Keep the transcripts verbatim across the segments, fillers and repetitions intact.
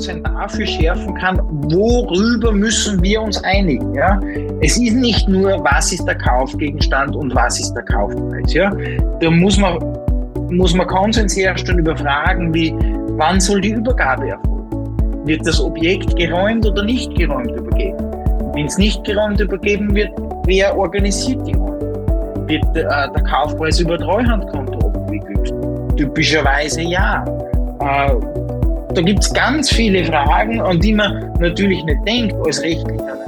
Bewusstsein dafür schärfen kann, worüber müssen wir uns einigen. Ja? Es ist nicht nur, was ist der Kaufgegenstand und was ist der Kaufpreis. Ja? Da muss man, muss man Konsens herstellen über Fragen wie, wann soll die Übergabe erfolgen? Wird das Objekt geräumt oder nicht geräumt übergeben? Wenn es nicht geräumt übergeben wird, wer organisiert die Räumung? Wird äh, der Kaufpreis über Treuhandkonto abgewickelt? Typischerweise ja. Äh, da gibt es ganz viele Fragen, an die man natürlich nicht denkt als Rechtlicher.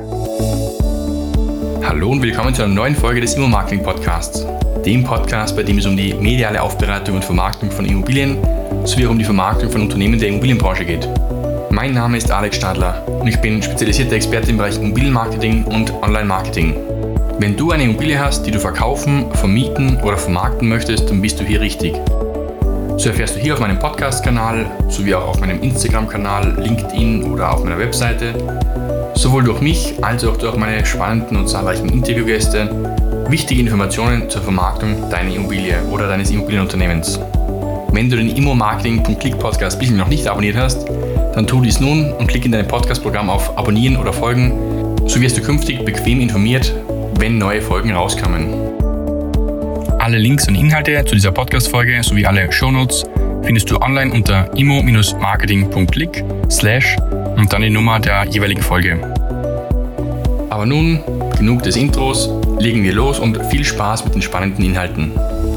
Hallo und willkommen zu einer neuen Folge des Immo-Marketing-Podcasts. Dem Podcast, bei dem es um die mediale Aufbereitung und Vermarktung von Immobilien sowie auch um die Vermarktung von Unternehmen der Immobilienbranche geht. Mein Name ist Alex Stadler und ich bin spezialisierter Experte im Bereich Immobilienmarketing und Online-Marketing. Wenn du eine Immobilie hast, die du verkaufen, vermieten oder vermarkten möchtest, dann bist du hier richtig. So erfährst du hier auf meinem Podcast-Kanal sowie auch auf meinem Instagram-Kanal, LinkedIn oder auf meiner Webseite sowohl durch mich als auch durch meine spannenden und zahlreichen Interviewgäste wichtige Informationen zur Vermarktung deiner Immobilie oder deines Immobilienunternehmens. Wenn du den Immo-Marketing Punkt Click Podcast bisher noch nicht abonniert hast, dann tu dies nun und klick in dein Podcast-Programm auf Abonnieren oder Folgen, so wirst du künftig bequem informiert, wenn neue Folgen rauskommen. Alle Links und Inhalte zu dieser Podcast-Folge sowie alle Shownotes findest du online unter immo-marketing Punkt click slash und dann die Nummer der jeweiligen Folge. Aber nun, genug des Intros, legen wir los und viel Spaß mit den spannenden Inhalten.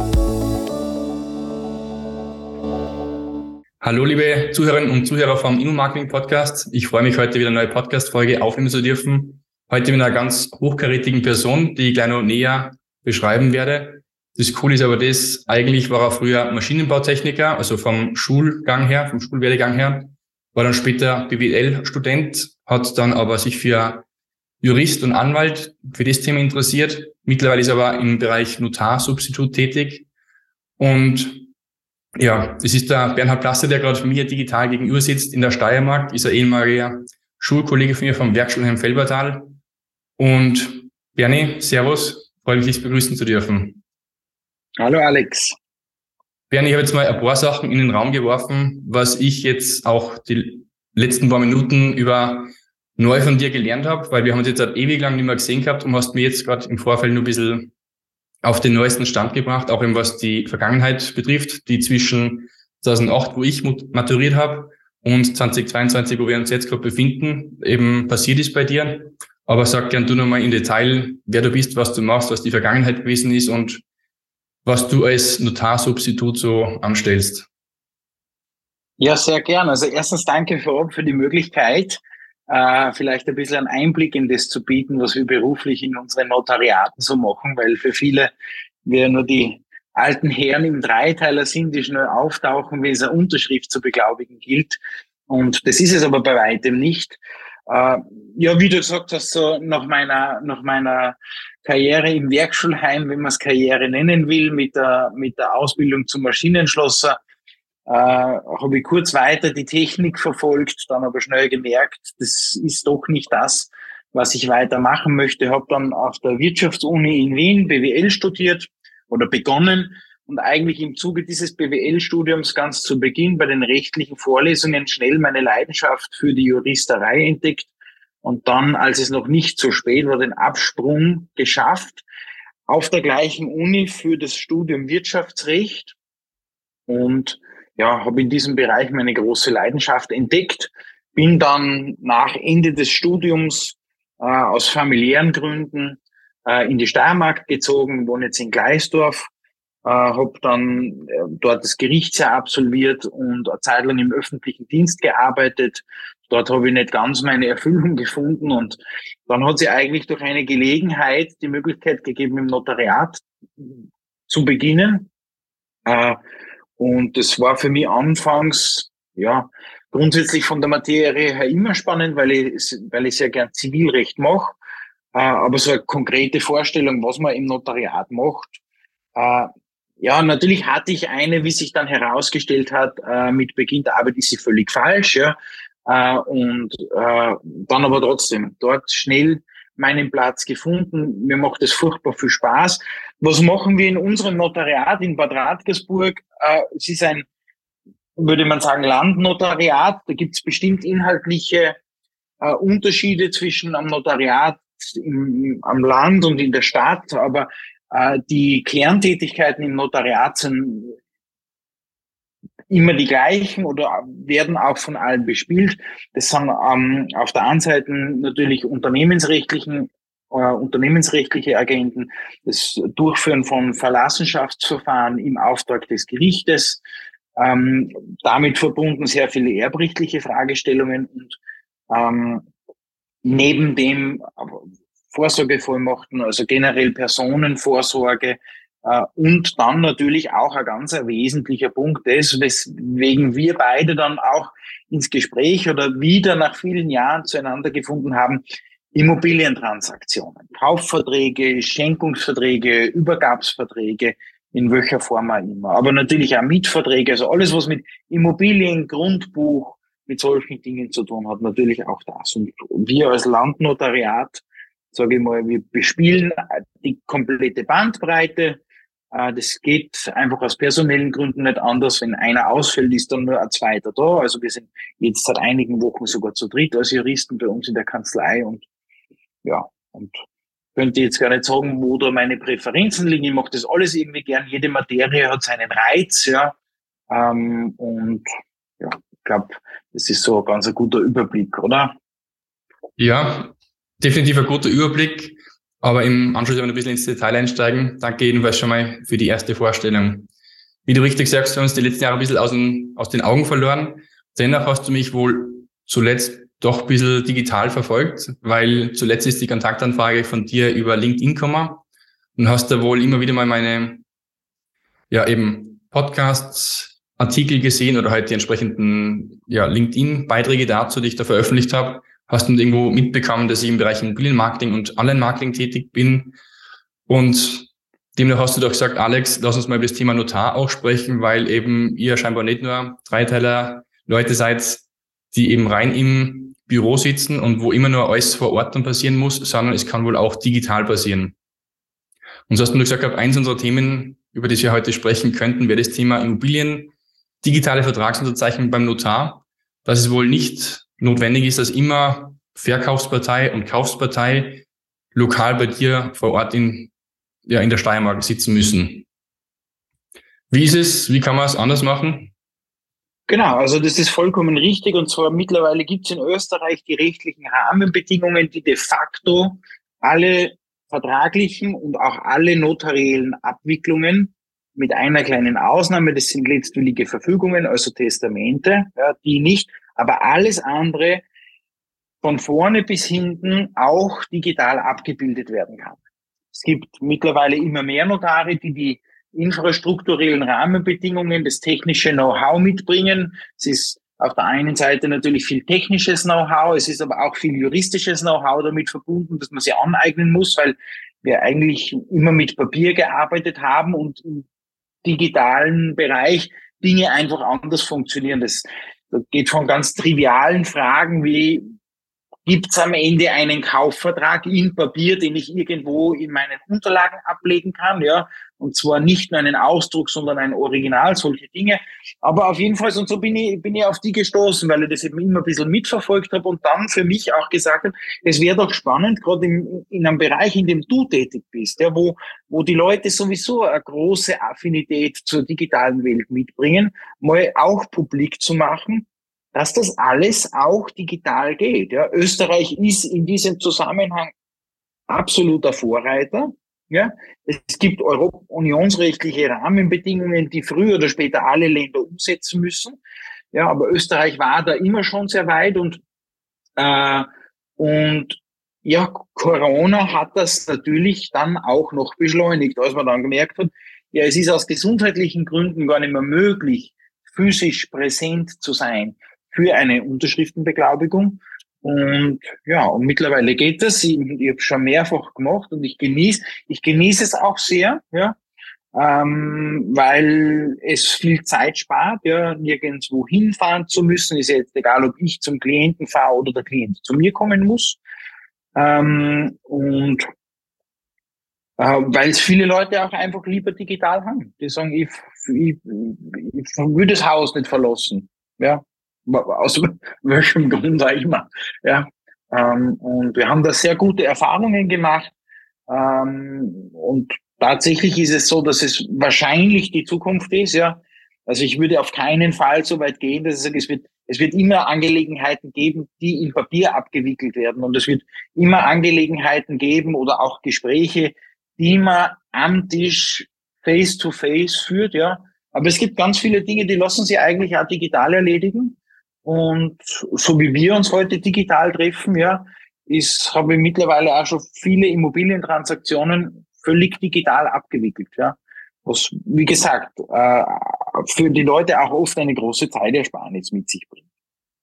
Hallo liebe Zuhörerinnen und Zuhörer vom Immo-Marketing-Podcast. Ich freue mich, heute wieder eine neue Podcast-Folge aufnehmen zu dürfen. Heute mit einer ganz hochkarätigen Person, die ich gleich noch näher beschreiben werde. Das Coole ist aber das, eigentlich war er früher Maschinenbautechniker, also vom Schulgang her, vom Schulwerdegang her, war dann später B W L-Student, hat dann aber sich für Jurist und Anwalt für das Thema interessiert. Mittlerweile ist er aber im Bereich Notarsubstitut tätig. Und ja, das ist der Bernhard Plasse, der gerade mir digital gegenüber sitzt in der Steiermark, ist ein ehemaliger Schulkollege von mir vom Werkschulheim Felbertal. Und Berni, servus, freue mich, dich begrüßen zu dürfen. Hallo Alex. Berni, ich habe jetzt mal ein paar Sachen in den Raum geworfen, was ich jetzt auch die letzten paar Minuten über neu von dir gelernt habe, weil wir haben uns jetzt halt ewig lang nicht mehr gesehen gehabt und hast mir jetzt gerade im Vorfeld nur ein bisschen auf den neuesten Stand gebracht, auch eben was die Vergangenheit betrifft, die zwischen zweitausendacht, wo ich maturiert habe, und zweitausendzweiundzwanzig, wo wir uns jetzt gerade befinden, eben passiert ist bei dir. Aber sag gern du nochmal im Detail, wer du bist, was du machst, was die Vergangenheit gewesen ist und was du als Notarsubstitut so anstellst. Ja, sehr gern. Also erstens danke vorab für die Möglichkeit, äh, vielleicht ein bisschen einen Einblick in das zu bieten, was wir beruflich in unseren Notariaten so machen, weil für viele wir nur die alten Herren im Dreiteiler sind, die schnell auftauchen, wenn es eine Unterschrift zu beglaubigen gilt. Und das ist es aber bei weitem nicht. Äh, ja, wie du gesagt hast, so nach meiner, nach meiner Karriere im Werkschulheim, wenn man es Karriere nennen will, mit der, mit der Ausbildung zum Maschinenschlosser, äh, habe ich kurz weiter die Technik verfolgt, dann aber schnell gemerkt, das ist doch nicht das, was ich weiter machen möchte. Habe dann auf der Wirtschaftsuni in Wien B W L studiert oder begonnen und eigentlich im Zuge dieses B W L-Studiums ganz zu Beginn bei den rechtlichen Vorlesungen schnell meine Leidenschaft für die Juristerei entdeckt und dann, als es noch nicht so spät war, den Absprung geschafft auf der gleichen Uni für das Studium Wirtschaftsrecht und ja, habe in diesem Bereich meine große Leidenschaft entdeckt, bin dann nach Ende des Studiums äh, aus familiären Gründen äh, in die Steiermark gezogen, wohne jetzt in Gleisdorf. Äh, habe dann äh, dort das Gerichtsjahr absolviert und eine Zeit lang im öffentlichen Dienst gearbeitet. Dort habe ich nicht ganz meine Erfüllung gefunden und dann hat sich eigentlich durch eine Gelegenheit die Möglichkeit gegeben, im Notariat zu beginnen. Äh, und das war für mich anfangs, ja, grundsätzlich von der Materie her immer spannend, weil ich, weil ich sehr gern Zivilrecht mache. Äh, aber so eine konkrete Vorstellung, was man im Notariat macht, äh, ja, natürlich hatte ich eine, wie sich dann herausgestellt hat, äh, mit Beginn der Arbeit ist sie völlig falsch, ja, äh, und äh, dann aber trotzdem dort schnell meinen Platz gefunden. Mir macht es furchtbar viel Spaß. Was machen wir in unserem Notariat in Bad Radkersburg? Äh, es ist ein würde man sagen, Landnotariat. Da gibt es bestimmt inhaltliche äh, Unterschiede zwischen am Notariat im, am Land und in der Stadt, aber äh, die Kerntätigkeiten im Notariat sind immer die gleichen oder werden auch von allen bespielt. Das sind ähm, auf der einen Seite natürlich unternehmensrechtlichen, äh, unternehmensrechtliche Agenten, das Durchführen von Verlassenschaftsverfahren im Auftrag des Gerichtes, ähm, damit verbunden sehr viele erbrechtliche Fragestellungen und ähm, neben dem Vorsorgevollmachten, also generell Personenvorsorge, Uh, und dann natürlich auch ein ganz ein wesentlicher Punkt ist, weswegen wir beide dann auch ins Gespräch oder wieder nach vielen Jahren zueinander gefunden haben, Immobilientransaktionen, Kaufverträge, Schenkungsverträge, Übergabsverträge, in welcher Form auch immer. Aber natürlich auch Mietverträge, also alles, was mit Immobilien, Grundbuch, mit solchen Dingen zu tun hat, natürlich auch das. Und wir als Landnotariat, sage ich mal, wir bespielen die komplette Bandbreite. Das geht einfach aus personellen Gründen nicht anders. Wenn einer ausfällt, ist dann nur ein zweiter da. Also wir sind jetzt seit einigen Wochen sogar zu dritt als Juristen bei uns in der Kanzlei und ja, und könnte jetzt gar nicht sagen, wo da meine Präferenzen liegen. Ich mache das alles irgendwie gern. Jede Materie hat seinen Reiz, ja. Und ja, ich glaube, das ist so ein ganz ein guter Überblick, oder? Ja, definitiv ein guter Überblick. Aber im Anschluss werden wir ein bisschen ins Detail einsteigen. Danke jedenfalls schon mal für die erste Vorstellung. Wie du richtig sagst, wir haben uns die letzten Jahre ein bisschen aus den, aus den Augen verloren. Dennoch hast du mich wohl zuletzt doch ein bisschen digital verfolgt, weil zuletzt ist die Kontaktanfrage von dir über LinkedIn gekommen und hast da wohl immer wieder mal meine, ja eben Podcasts, Artikel gesehen oder halt die entsprechenden, ja, LinkedIn-Beiträge dazu, die ich da veröffentlicht habe. Hast du irgendwo mitbekommen, dass ich im Bereich Immobilienmarketing und Online-Marketing tätig bin. Und demnach hast du doch gesagt, Alex, lass uns mal über das Thema Notar auch sprechen, weil eben ihr scheinbar nicht nur Dreiteiler Leute seid, die eben rein im Büro sitzen und wo immer nur alles vor Ort dann passieren muss, sondern es kann wohl auch digital passieren. Und so hast du nur gesagt, eins unserer Themen, über das wir heute sprechen könnten, wäre das Thema Immobilien, digitale Vertragsunterzeichnung beim Notar. Dass es wohl nicht notwendig ist, dass immer Verkaufspartei und Kaufspartei lokal bei dir vor Ort in, ja, in der Steiermark sitzen müssen. Wie ist es? Wie kann man es anders machen? Genau, also das ist vollkommen richtig. Und zwar mittlerweile gibt es in Österreich die rechtlichen Rahmenbedingungen, die de facto alle vertraglichen und auch alle notariellen Abwicklungen mit einer kleinen Ausnahme, das sind letztwillige Verfügungen, also Testamente, ja, die nicht, aber alles andere von vorne bis hinten auch digital abgebildet werden kann. Es gibt mittlerweile immer mehr Notare, die die infrastrukturellen Rahmenbedingungen, das technische Know-how mitbringen. Es ist auf der einen Seite natürlich viel technisches Know-how, es ist aber auch viel juristisches Know-how damit verbunden, dass man sich aneignen muss, weil wir eigentlich immer mit Papier gearbeitet haben und im digitalen Bereich Dinge einfach anders funktionieren. Das, das geht von ganz trivialen Fragen wie, gibt es am Ende einen Kaufvertrag in Papier, den ich irgendwo in meinen Unterlagen ablegen kann, ja, und zwar nicht nur einen Ausdruck, sondern ein Original, solche Dinge. Aber auf jeden Fall, und so bin ich, bin ich auf die gestoßen, weil ich das eben immer ein bisschen mitverfolgt habe und dann für mich auch gesagt habe, es wäre doch spannend, gerade in, in einem Bereich, in dem du tätig bist, ja, wo, wo die Leute sowieso eine große Affinität zur digitalen Welt mitbringen, mal auch publik zu machen, dass das alles auch digital geht. Ja. Österreich ist in diesem Zusammenhang absoluter Vorreiter. Ja. Es gibt Euro- unionsrechtliche Rahmenbedingungen, die früher oder später alle Länder umsetzen müssen. Ja, aber Österreich war da immer schon sehr weit und äh, und ja, Corona hat das natürlich dann auch noch beschleunigt, als man dann gemerkt hat, ja, es ist aus gesundheitlichen Gründen gar nicht mehr möglich, physisch präsent zu sein für eine Unterschriftenbeglaubigung. Und ja, und mittlerweile geht das. Ich, ich habe schon mehrfach gemacht und ich genieße, ich genieße es auch sehr, ja, ähm, weil es viel Zeit spart, ja, nirgendwo hinfahren zu müssen. Ist ja jetzt egal, ob ich zum Klienten fahre oder der Klient zu mir kommen muss. Ähm, und Äh, weil es viele Leute auch einfach lieber digital haben. Die sagen, ich, ich, ich will das Haus nicht verlassen. Ja, aus welchem Grund auch immer. Ja, ähm, und wir haben da sehr gute Erfahrungen gemacht. Ähm, und tatsächlich ist es so, dass es wahrscheinlich die Zukunft ist. Ja, also ich würde auf keinen Fall so weit gehen, dass ich sage, es wird es wird immer Angelegenheiten geben, die in Papier abgewickelt werden. Und es wird immer Angelegenheiten geben oder auch Gespräche, die man am Tisch face to face führt, ja. Aber es gibt ganz viele Dinge, die lassen sich eigentlich auch digital erledigen. Und so wie wir uns heute digital treffen, ja, ist, habe ich mittlerweile auch schon viele Immobilientransaktionen völlig digital abgewickelt, ja. Was, wie gesagt, äh, für die Leute auch oft eine große Zeitersparnis mit sich bringt.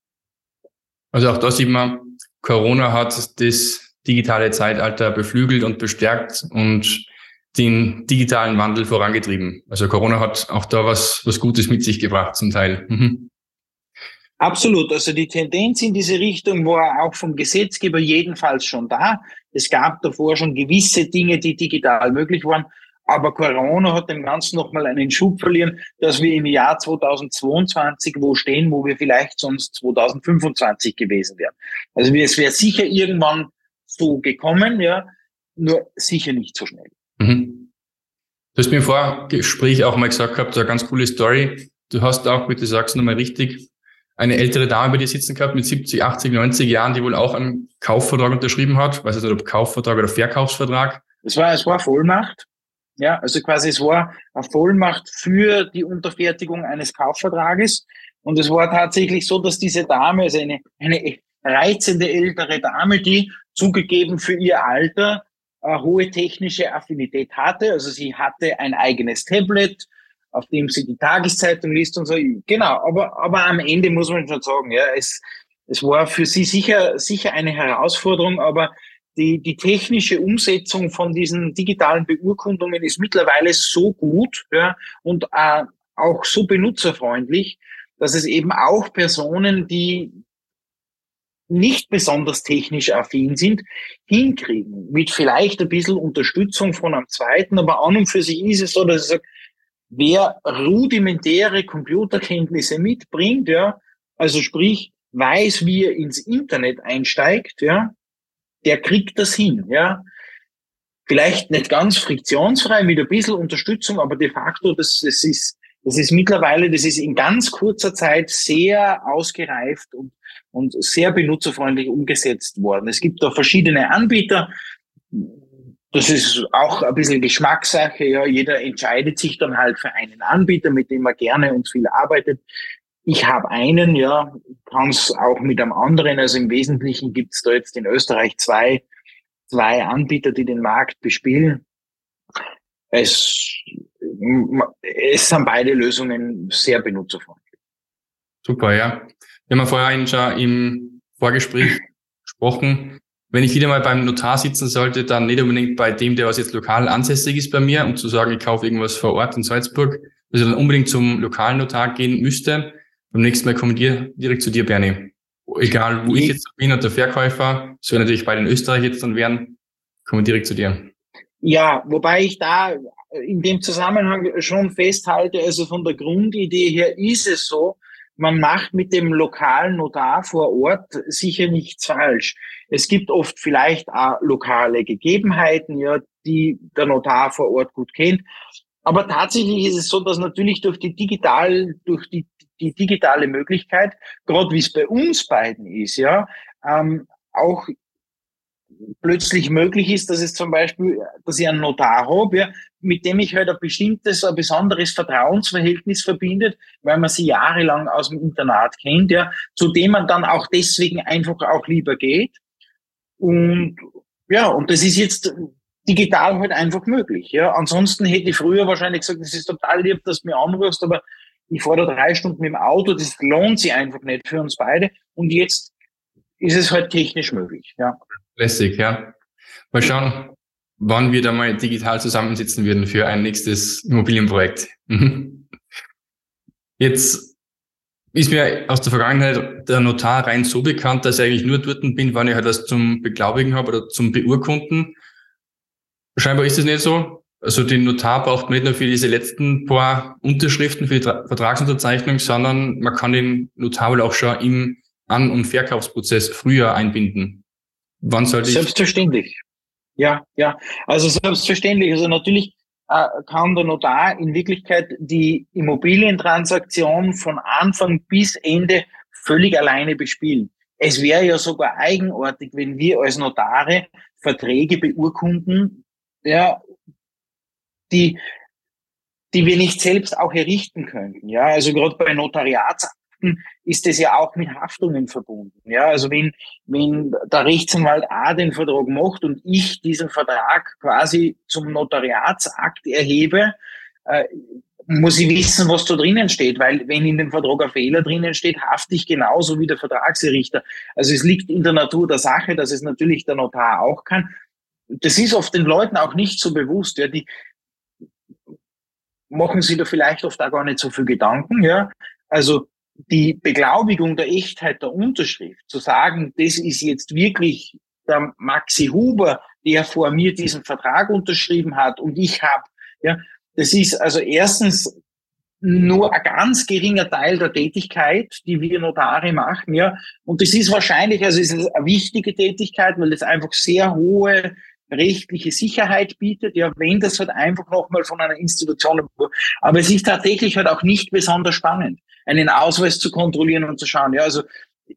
Also auch da sieht man, Corona hat das digitale Zeitalter beflügelt und bestärkt und den digitalen Wandel vorangetrieben. Also Corona hat auch da was, was Gutes mit sich gebracht zum Teil. Mhm. Absolut. Also die Tendenz in diese Richtung war auch vom Gesetzgeber jedenfalls schon da. Es gab davor schon gewisse Dinge, die digital möglich waren. Aber Corona hat dem Ganzen nochmal einen Schub verlieren, dass wir im Jahr zweitausendzweiundzwanzig wo stehen, wo wir vielleicht sonst zweitausendfünfundzwanzig gewesen wären. Also es wäre sicher irgendwann so gekommen, ja, nur sicher nicht so schnell. Mhm. Du hast mir im Vorgespräch auch mal gesagt gehabt, so eine ganz coole Story. Du hast auch, bitte sag's nochmal richtig, eine ältere Dame bei dir sitzen gehabt mit siebzig, achtzig, neunzig Jahren, die wohl auch einen Kaufvertrag unterschrieben hat. Ich weiß nicht, ob Kaufvertrag oder Verkaufsvertrag. Es war, es war Vollmacht. Ja, also quasi es war eine Vollmacht für die Unterfertigung eines Kaufvertrages. Und es war tatsächlich so, dass diese Dame, also eine, eine reizende ältere Dame, die zugegeben für ihr Alter eine hohe technische Affinität hatte. Also sie hatte ein eigenes Tablet, auf dem sie die Tageszeitung liest und so. Genau, aber, aber am Ende muss man schon sagen, ja, es, es war für sie sicher, sicher eine Herausforderung, aber Die, die technische Umsetzung von diesen digitalen Beurkundungen ist mittlerweile so gut, ja, und äh, auch so benutzerfreundlich, dass es eben auch Personen, die nicht besonders technisch affin sind, hinkriegen. Mit vielleicht ein bisschen Unterstützung von einem Zweiten, aber an und für sich ist es so, dass ich sage, wer rudimentäre Computerkenntnisse mitbringt, ja, also sprich, weiß, wie er ins Internet einsteigt, ja, der kriegt das hin, ja. Vielleicht nicht ganz friktionsfrei, mit ein bisschen Unterstützung, aber de facto, das, das ist, das ist mittlerweile, das ist in ganz kurzer Zeit sehr ausgereift und, und sehr benutzerfreundlich umgesetzt worden. Es gibt da verschiedene Anbieter. Das ist auch ein bisschen Geschmackssache, ja. Jeder entscheidet sich dann halt für einen Anbieter, mit dem er gerne und viel arbeitet. Ich habe einen, ja, kann es auch mit einem anderen. Also im Wesentlichen gibt es da jetzt in Österreich zwei, zwei Anbieter, die den Markt bespielen. Es, es sind beide Lösungen sehr benutzerfreundlich. Super, ja. Wir haben ja vorhin schon im Vorgespräch gesprochen. Wenn ich wieder mal beim Notar sitzen sollte, dann nicht unbedingt bei dem, der was jetzt lokal ansässig ist bei mir, um zu sagen, ich kaufe irgendwas vor Ort in Salzburg, also dann unbedingt zum lokalen Notar gehen müsste. Beim nächsten Mal kommen wir direkt zu dir, Bernie. Egal, wo ich jetzt bin und der Verkäufer, soll natürlich bei den Österreich jetzt dann werden, kommen wir direkt zu dir. Ja, wobei ich da in dem Zusammenhang schon festhalte, also von der Grundidee her ist es so, man macht mit dem lokalen Notar vor Ort sicher nichts falsch. Es gibt oft vielleicht auch lokale Gegebenheiten, ja, die der Notar vor Ort gut kennt. Aber tatsächlich ist es so, dass natürlich durch die digital, durch die die digitale Möglichkeit, gerade wie es bei uns beiden ist, ja, ähm, auch plötzlich möglich ist, dass es zum Beispiel, dass ich einen Notar habe, ja, mit dem ich halt ein bestimmtes, ein besonderes Vertrauensverhältnis verbindet, weil man sie jahrelang aus dem Internat kennt, ja, zu dem man dann auch deswegen einfach auch lieber geht. Und ja, und das ist jetzt digital halt einfach möglich, ja. Ansonsten hätte ich früher wahrscheinlich gesagt, das ist total lieb, dass du mich anrufst, aber ich fahre da drei Stunden mit dem Auto, das lohnt sich einfach nicht für uns beide. Und jetzt ist es halt technisch möglich, ja. Lässig, ja. Mal schauen, wann wir da mal digital zusammensitzen würden für ein nächstes Immobilienprojekt. Mhm. Jetzt ist mir aus der Vergangenheit der Notar rein so bekannt, dass ich eigentlich nur dort bin, wann ich halt was zum Beglaubigen habe oder zum Beurkunden. Scheinbar ist es nicht so. Also den Notar braucht man nicht nur für diese letzten paar Unterschriften für die Tra- Vertragsunterzeichnung, sondern man kann den Notar wohl auch schon im An- und Verkaufsprozess früher einbinden. Wann sollte ich? Selbstverständlich. Ja, ja. Also selbstverständlich. Also natürlich äh, kann der Notar in Wirklichkeit die Immobilientransaktion von Anfang bis Ende völlig alleine bespielen. Es wäre ja sogar eigenartig, wenn wir als Notare Verträge beurkunden, ja, die, die wir nicht selbst auch errichten könnten. Ja, also gerade bei Notariatsakten ist es ja auch mit Haftungen verbunden. Ja, also wenn, wenn der Rechtsanwalt A den Vertrag macht und ich diesen Vertrag quasi zum Notariatsakt erhebe, äh, muss ich wissen, was da drinnen steht, weil wenn in dem Vertrag ein Fehler drinnen steht, hafte ich genauso wie der Vertragserrichter. Also es liegt in der Natur der Sache, dass es natürlich der Notar auch kann. Das ist oft den Leuten auch nicht so bewusst. Ja, die machen sich da vielleicht oft auch gar nicht so viel Gedanken. Ja, also die Beglaubigung der Echtheit der Unterschrift, zu sagen, das ist jetzt wirklich der Maxi Huber, der vor mir diesen Vertrag unterschrieben hat und ich habe, ja, das ist also erstens nur ein ganz geringer Teil der Tätigkeit, die wir Notare machen, ja. Und das ist wahrscheinlich, also es ist eine wichtige Tätigkeit, weil es einfach sehr hohe rechtliche Sicherheit bietet, ja, wenn das halt einfach nochmal von einer Institution, aber es ist tatsächlich halt auch nicht besonders spannend, einen Ausweis zu kontrollieren und zu schauen, ja, also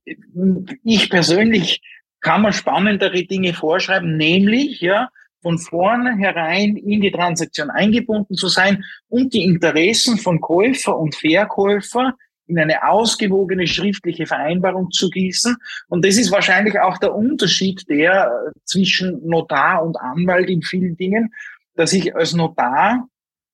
ich persönlich kann man spannendere Dinge vorschreiben, nämlich, ja, von vornherein in die Transaktion eingebunden zu sein und die Interessen von Käufer und Verkäufer in eine ausgewogene schriftliche Vereinbarung zu gießen. Und das ist wahrscheinlich auch der Unterschied der zwischen Notar und Anwalt in vielen Dingen, dass ich als Notar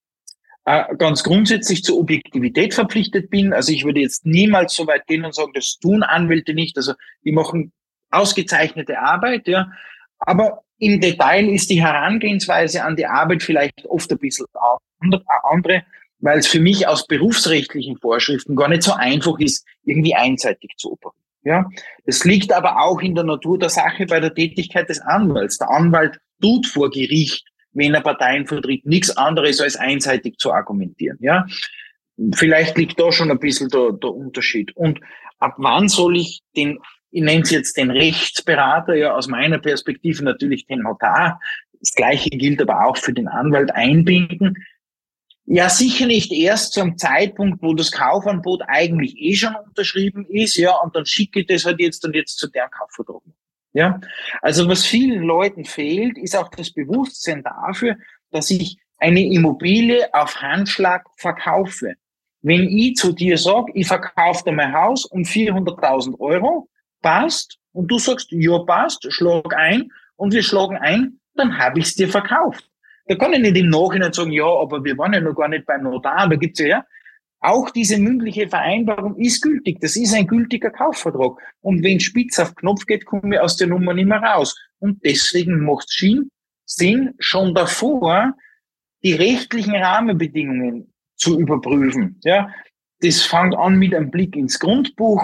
äh, ganz grundsätzlich zur Objektivität verpflichtet bin. Also ich würde jetzt niemals so weit gehen und sagen, das tun Anwälte nicht. Also die machen ausgezeichnete Arbeit, ja. Aber im Detail ist die Herangehensweise an die Arbeit vielleicht oft ein bisschen andere, weil es für mich aus berufsrechtlichen Vorschriften gar nicht so einfach ist, irgendwie einseitig zu operieren. Ja, das liegt aber auch in der Natur der Sache bei der Tätigkeit des Anwalts. Der Anwalt tut vor Gericht, wenn er Parteien vertritt, nichts anderes als einseitig zu argumentieren. Ja, vielleicht liegt da schon ein bisschen der, der Unterschied. Und ab wann soll ich den, ich nenne es jetzt den Rechtsberater, ja, aus meiner Perspektive natürlich den Notar. Das Gleiche gilt aber auch für den Anwalt, einbinden. Ja, sicher nicht erst zum Zeitpunkt, wo das Kaufangebot eigentlich eh schon unterschrieben ist, ja, und dann schicke ich das halt jetzt und jetzt zu der Kaufvertrag. Ja, also was vielen Leuten fehlt, ist auch das Bewusstsein dafür, dass ich eine Immobilie auf Handschlag verkaufe. Wenn ich zu dir sage, ich verkaufe dir mein Haus um vierhunderttausend Euro, passt, und du sagst, ja, passt, schlag ein, und wir schlagen ein, dann habe ich es dir verkauft. Da kann ich nicht im Nachhinein sagen, ja, aber wir waren ja noch gar nicht beim Notar, da gibt's ja, ja. Auch diese mündliche Vereinbarung ist gültig. Das ist ein gültiger Kaufvertrag. Und wenn spitz auf Knopf geht, komme ich aus der Nummer nicht mehr raus. Und deswegen macht es Sinn, schon davor die rechtlichen Rahmenbedingungen zu überprüfen. Ja, das fängt an mit einem Blick ins Grundbuch.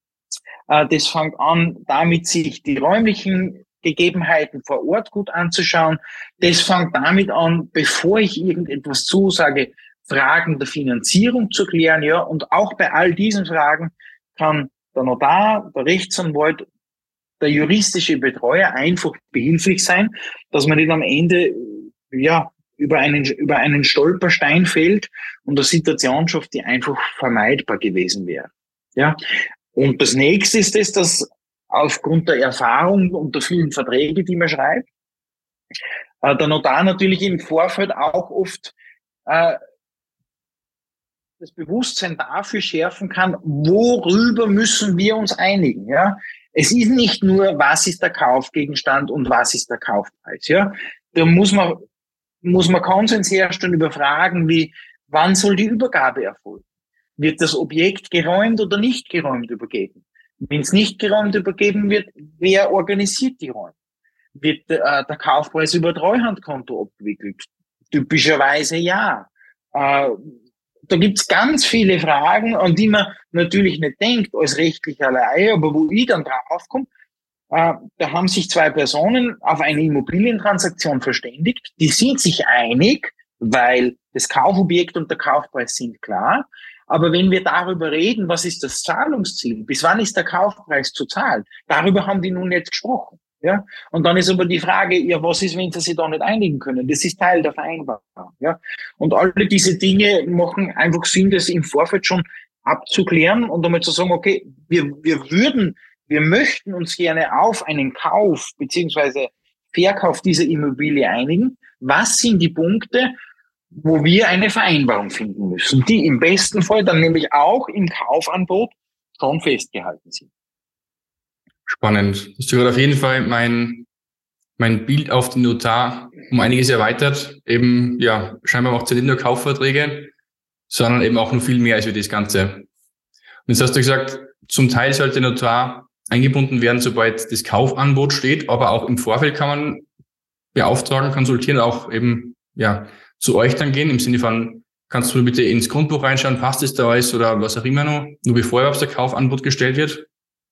Das fängt an, damit sich die räumlichen Gegebenheiten vor Ort gut anzuschauen. Das fängt damit an, bevor ich irgendetwas zusage, Fragen der Finanzierung zu klären, ja, und auch bei all diesen Fragen kann der Notar, der Rechtsanwalt, der juristische Betreuer einfach behilflich sein, dass man nicht am Ende, ja, über einen, über einen Stolperstein fällt und eine Situation schafft, die einfach vermeidbar gewesen wäre. Ja. Und das nächste ist es, dass aufgrund der Erfahrung und der vielen Verträge, die man schreibt, äh, der Notar natürlich im Vorfeld auch oft äh, das Bewusstsein dafür schärfen kann, worüber müssen wir uns einigen. Ja, es ist nicht nur, was ist der Kaufgegenstand und was ist der Kaufpreis. Ja, da muss man muss man Konsens herstellen über Fragen wie, wann soll die Übergabe erfolgen? Wird das Objekt geräumt oder nicht geräumt übergeben? Wenn es nicht geräumt übergeben wird, wer organisiert die Räume? Wird äh, der Kaufpreis über Treuhandkonto abgewickelt? Typischerweise ja. Äh, da gibt's ganz viele Fragen, an die man natürlich nicht denkt als rechtlicher Laie, aber wo ich dann draufkomme, Äh, da haben sich zwei Personen auf eine Immobilientransaktion verständigt. Die sind sich einig, weil das Kaufobjekt und der Kaufpreis sind klar. Aber wenn wir darüber reden, was ist das Zahlungsziel? Bis wann ist der Kaufpreis zu zahlen? Darüber haben die nun jetzt gesprochen. Ja? Und dann ist aber die Frage, ja, was ist, wenn sie sich da nicht einigen können? Das ist Teil der Vereinbarung. Ja? Und alle diese Dinge machen einfach Sinn, das im Vorfeld schon abzuklären und einmal zu sagen, okay, wir, wir würden, wir möchten uns gerne auf einen Kauf beziehungsweise Verkauf dieser Immobilie einigen. Was sind die Punkte, wo wir eine Vereinbarung finden müssen, die im besten Fall dann nämlich auch im Kaufangebot schon festgehalten sind. Spannend. Das hat auf jeden Fall mein, mein Bild auf den Notar um einiges erweitert. Eben, ja, scheinbar macht es nicht nur Kaufverträge, sondern eben auch noch viel mehr als wie das Ganze. Und jetzt hast du gesagt, zum Teil sollte der Notar eingebunden werden, sobald das Kaufangebot steht, aber auch im Vorfeld kann man beauftragen, konsultieren, auch eben, ja, zu euch dann gehen, im Sinne von, kannst du bitte ins Grundbuch reinschauen, passt es da alles oder was auch immer noch, nur bevor überhaupt der Kaufangebot gestellt wird?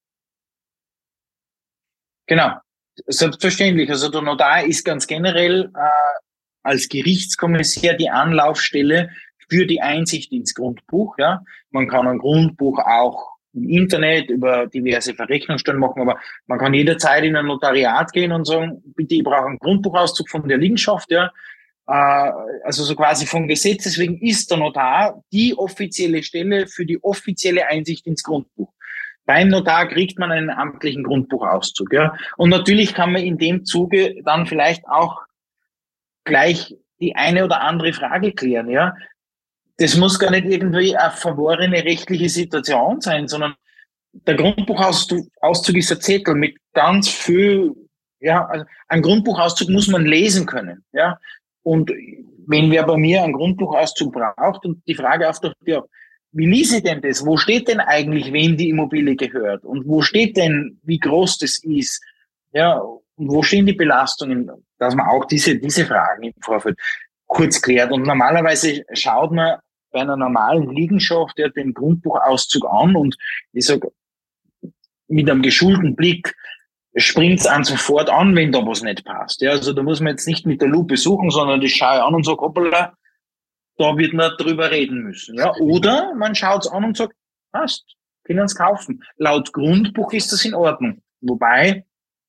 Genau, selbstverständlich. Also der Notar ist ganz generell äh, als Gerichtskommissär die Anlaufstelle für die Einsicht ins Grundbuch. Ja, man kann ein Grundbuch auch im Internet über diverse Verrechnungsstellen machen, aber man kann jederzeit in ein Notariat gehen und sagen, bitte, ich brauche einen Grundbuchauszug von der Liegenschaft. Ja, äh, also so quasi vom Gesetz. Deswegen ist der Notar die offizielle Stelle für die offizielle Einsicht ins Grundbuch. Beim Notar kriegt man einen amtlichen Grundbuchauszug, ja. Und natürlich kann man in dem Zuge dann vielleicht auch gleich die eine oder andere Frage klären, ja. Das muss gar nicht irgendwie eine verworrene rechtliche Situation sein, sondern der Grundbuchauszug Auszug ist ein Zettel mit ganz viel, ja, also ein Grundbuchauszug muss man lesen können, ja. Und wenn wer bei mir einen Grundbuchauszug braucht und die Frage auftaucht, ja, wie lese ich denn das? Wo steht denn eigentlich, wem die Immobilie gehört? Und wo steht denn, wie groß das ist? Ja, und wo stehen die Belastungen? Dass man auch diese, diese Fragen im Vorfeld kurz klärt. Und normalerweise schaut man bei einer normalen Liegenschaft ja den Grundbuchauszug an und ich sage, mit einem geschulten Blick springt's an sofort an, wenn da was nicht passt. Ja, also da muss man jetzt nicht mit der Lupe suchen, sondern das schaue ich an und sage, hoppala, da wird man drüber reden müssen. Ja, oder man schaut's an und sagt, passt, können es kaufen. Laut Grundbuch ist das in Ordnung. Wobei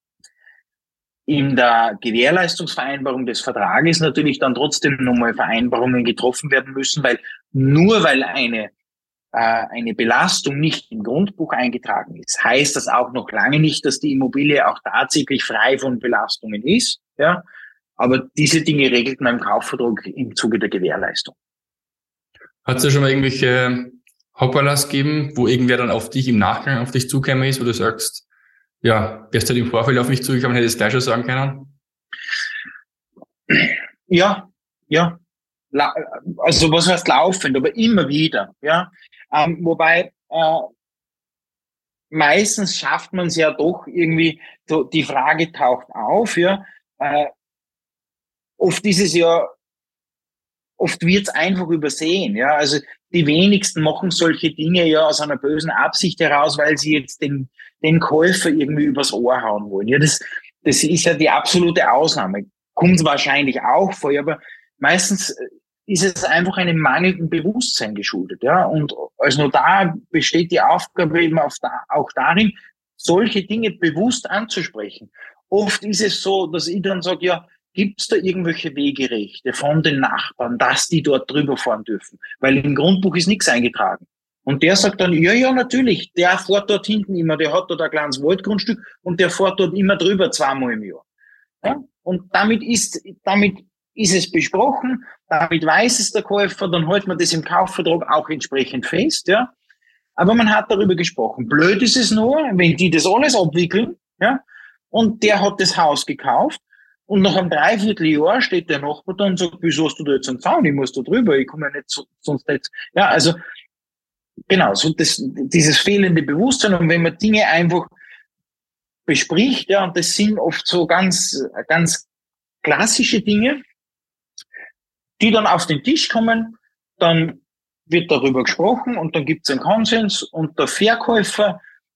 in der Gewährleistungsvereinbarung des Vertrages natürlich dann trotzdem nochmal Vereinbarungen getroffen werden müssen, weil nur weil eine äh, eine Belastung nicht im Grundbuch eingetragen ist, heißt das auch noch lange nicht, dass die Immobilie auch tatsächlich frei von Belastungen ist. Ja, aber diese Dinge regelt man im Kaufvertrag im Zuge der Gewährleistung. Hat es da schon mal irgendwelche Hopperlas gegeben, wo irgendwer dann auf dich im Nachgang auf dich zugekommen ist, wo du sagst, ja, wärst du halt im Vorfeld auf mich zugekommen, hättest du gleich schon sagen können? Ja, ja. Also was heißt laufend, aber immer wieder. Ja, ähm, wobei äh, meistens schafft man es ja doch irgendwie, so die Frage taucht auf. Ja, äh, oft ist es ja, oft wird es einfach übersehen. Ja, also die wenigsten machen solche Dinge ja aus einer bösen Absicht heraus, weil sie jetzt den den Käufer irgendwie übers Ohr hauen wollen. Ja, das das ist ja die absolute Ausnahme. Kommt wahrscheinlich auch vor, aber meistens ist es einfach einem mangelnden Bewusstsein geschuldet. Ja, und als Notar besteht die Aufgabe eben auch darin, solche Dinge bewusst anzusprechen. Oft ist es so, dass ich dann sage, ja, gibt es da irgendwelche Wegerechte von den Nachbarn, dass die dort drüber fahren dürfen? Weil im Grundbuch ist nichts eingetragen. Und der sagt dann, ja, ja, natürlich, der fährt dort hinten immer, der hat dort ein kleines Waldgrundstück und der fährt dort immer drüber zweimal im Jahr. Ja? Und damit ist, damit ist es besprochen, damit weiß es der Käufer, dann hält man das im Kaufvertrag auch entsprechend fest, ja. Aber man hat darüber gesprochen. Blöd ist es nur, wenn die das alles abwickeln, ja, und der hat das Haus gekauft und nach einem Dreivierteljahr steht der Nachbar da und sagt, wieso hast du da jetzt einen Zaun? Ich muss da drüber, ich komme ja nicht so, sonst nicht. Ja, also, genau, so das, dieses fehlende Bewusstsein. Und wenn man Dinge einfach bespricht, ja, und das sind oft so ganz, ganz klassische Dinge, die dann auf den Tisch kommen, dann wird darüber gesprochen und dann gibt es einen Konsens und der Verkäufer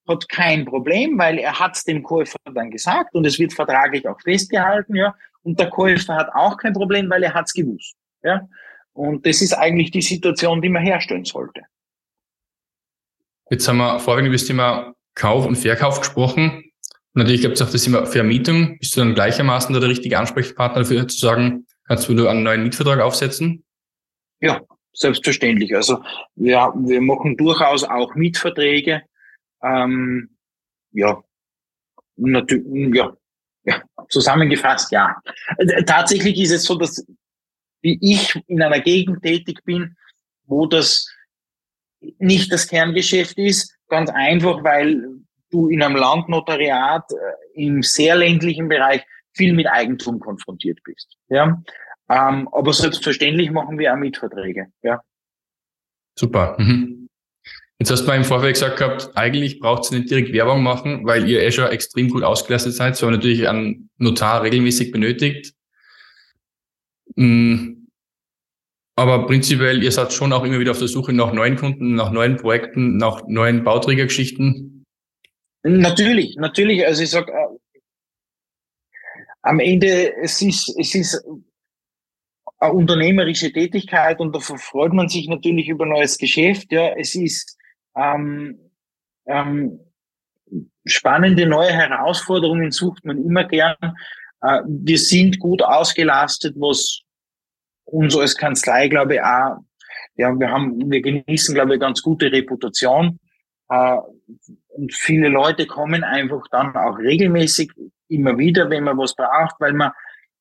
hat kein Problem, weil er hat es dem Käufer dann gesagt und es wird vertraglich auch festgehalten, ja. Und der Käufer hat auch kein Problem, weil er hat es gewusst, ja. Und das ist eigentlich die Situation, die man herstellen sollte. Jetzt haben wir vorhin über das Thema Kauf und Verkauf gesprochen. Und natürlich gibt es auch das Thema Vermietung. Bist du dann gleichermaßen da der richtige Ansprechpartner dafür zu sagen, kannst du einen neuen Mietvertrag aufsetzen? Ja, selbstverständlich. Also wir, wir machen durchaus auch Mietverträge. Ähm, ja, natürlich, ja, ja, zusammengefasst, ja. Tatsächlich ist es so, dass wie ich in einer Gegend tätig bin, wo das nicht das Kerngeschäft ist, ganz einfach, weil du in einem Landnotariat äh, im sehr ländlichen Bereich viel mit Eigentum konfrontiert bist. Ja, ähm, aber selbstverständlich machen wir auch Mietverträge. Ja. Super. Mhm. Jetzt hast du mal im Vorfeld gesagt gehabt, eigentlich braucht es nicht direkt Werbung machen, weil ihr eh schon extrem gut ausgelastet seid, so natürlich einen Notar regelmäßig benötigt. Aber prinzipiell, ihr seid schon auch immer wieder auf der Suche nach neuen Kunden, nach neuen Projekten, nach neuen Bauträgergeschichten. Natürlich, natürlich. Also ich sag, äh, am Ende, es ist, es ist eine unternehmerische Tätigkeit und da freut man sich natürlich über neues Geschäft. Ja, es ist ähm, ähm, spannende neue Herausforderungen sucht man immer gern. Äh, wir sind gut ausgelastet, was uns als Kanzlei, glaube ich, auch, ja, wir haben, wir genießen, glaube ich, ganz gute Reputation. Äh, und viele Leute kommen einfach dann auch regelmäßig immer wieder, wenn man was braucht, weil man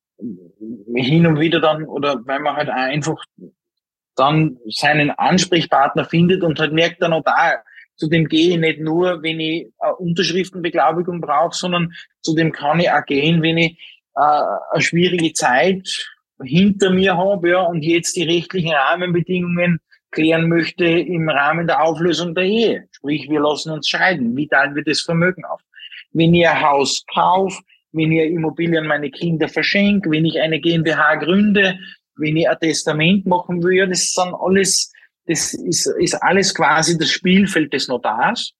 hin und wieder dann, oder weil man halt einfach dann seinen Ansprechpartner findet und halt merkt dann auch da, zu dem gehe ich nicht nur, wenn ich eine Unterschriftenbeglaubigung brauche, sondern zu dem kann ich auch gehen, wenn ich äh, eine schwierige Zeit hinter mir habe, ja, und jetzt die rechtlichen Rahmenbedingungen klären möchte im Rahmen der Auflösung der Ehe. Sprich, wir lassen uns scheiden. Wie teilen wir das Vermögen auf? Wenn ich ein Haus kaufe, wenn ich Immobilien an meine Kinder verschenke, wenn ich eine GmbH gründe, wenn ich ein Testament machen will, das sind alles, das ist, ist alles quasi das Spielfeld des Notars.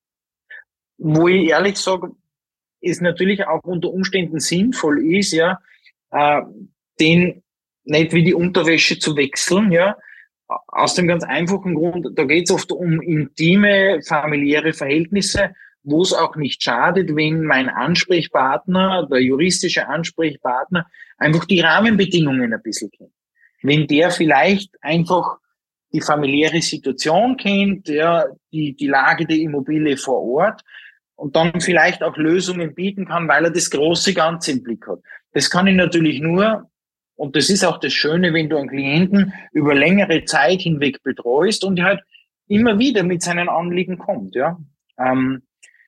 Wo ich ehrlich sage, es natürlich auch unter Umständen sinnvoll ist, ja, äh, den nicht wie die Unterwäsche zu wechseln, ja, aus dem ganz einfachen Grund, da geht es oft um intime, familiäre Verhältnisse, wo es auch nicht schadet, wenn mein Ansprechpartner, der juristische Ansprechpartner, einfach die Rahmenbedingungen ein bisschen kennt. Wenn der vielleicht einfach die familiäre Situation kennt, ja, die, die Lage der Immobilie vor Ort und dann vielleicht auch Lösungen bieten kann, weil er das große Ganze im Blick hat. Das kann ich natürlich nur, und das ist auch das Schöne, wenn du einen Klienten über längere Zeit hinweg betreust und halt immer wieder mit seinen Anliegen kommt, ja. Ähm,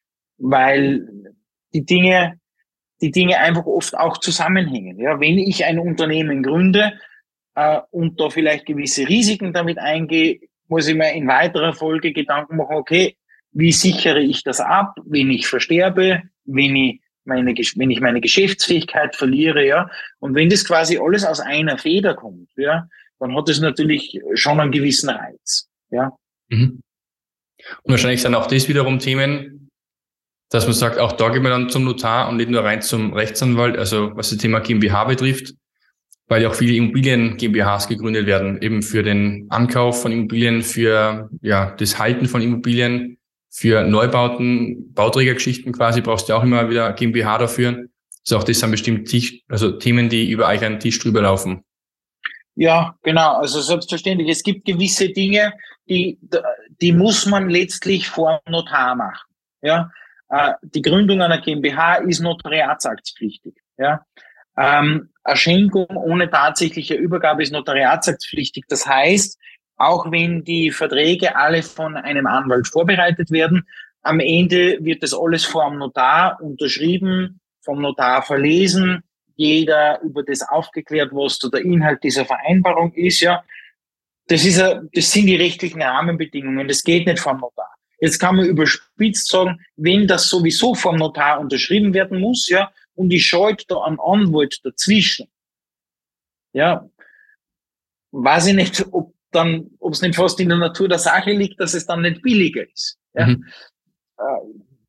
weil die Dinge, die Dinge einfach oft auch zusammenhängen. Ja, wenn ich ein Unternehmen gründe äh, und da vielleicht gewisse Risiken damit eingehe, muss ich mir in weiterer Folge Gedanken machen, okay, wie sichere ich das ab, wenn ich versterbe, wenn ich meine, wenn ich meine Geschäftsfähigkeit verliere, ja. Und wenn das quasi alles aus einer Feder kommt, ja, dann hat es natürlich schon einen gewissen Reiz, ja. Mhm. Und wahrscheinlich sind auch das wiederum Themen, dass man sagt, auch da gehen wir dann zum Notar und nicht nur rein zum Rechtsanwalt, also was das Thema GmbH betrifft, weil ja auch viele Immobilien GmbHs gegründet werden, eben für den Ankauf von Immobilien, für ja das Halten von Immobilien, für Neubauten, Bauträgergeschichten quasi brauchst du auch immer wieder GmbH dafür. Also auch das sind bestimmt Tisch, also Themen, die über euch einen Tisch drüber laufen. Ja, genau. Also selbstverständlich. Es gibt gewisse Dinge, die, die muss man letztlich vor dem Notar machen. Ja, die Gründung einer GmbH ist notariatsaktenpflichtig. Ja, ähm, eine Schenkung ohne tatsächliche Übergabe ist notariatsaktenpflichtig. Das heißt, auch wenn die Verträge alle von einem Anwalt vorbereitet werden, am Ende wird das alles vor dem Notar unterschrieben, vom Notar verlesen, jeder über das aufgeklärt, was da der Inhalt dieser Vereinbarung ist, ja. Das ist a, das sind die rechtlichen Rahmenbedingungen, das geht nicht vom Notar. Jetzt kann man überspitzt sagen, wenn das sowieso vom Notar unterschrieben werden muss, ja, und ich schalte da einen Anwalt dazwischen, ja, weiß ich nicht, ob dann, ob es nicht fast in der Natur der Sache liegt, dass es dann nicht billiger ist. Ja? Mhm.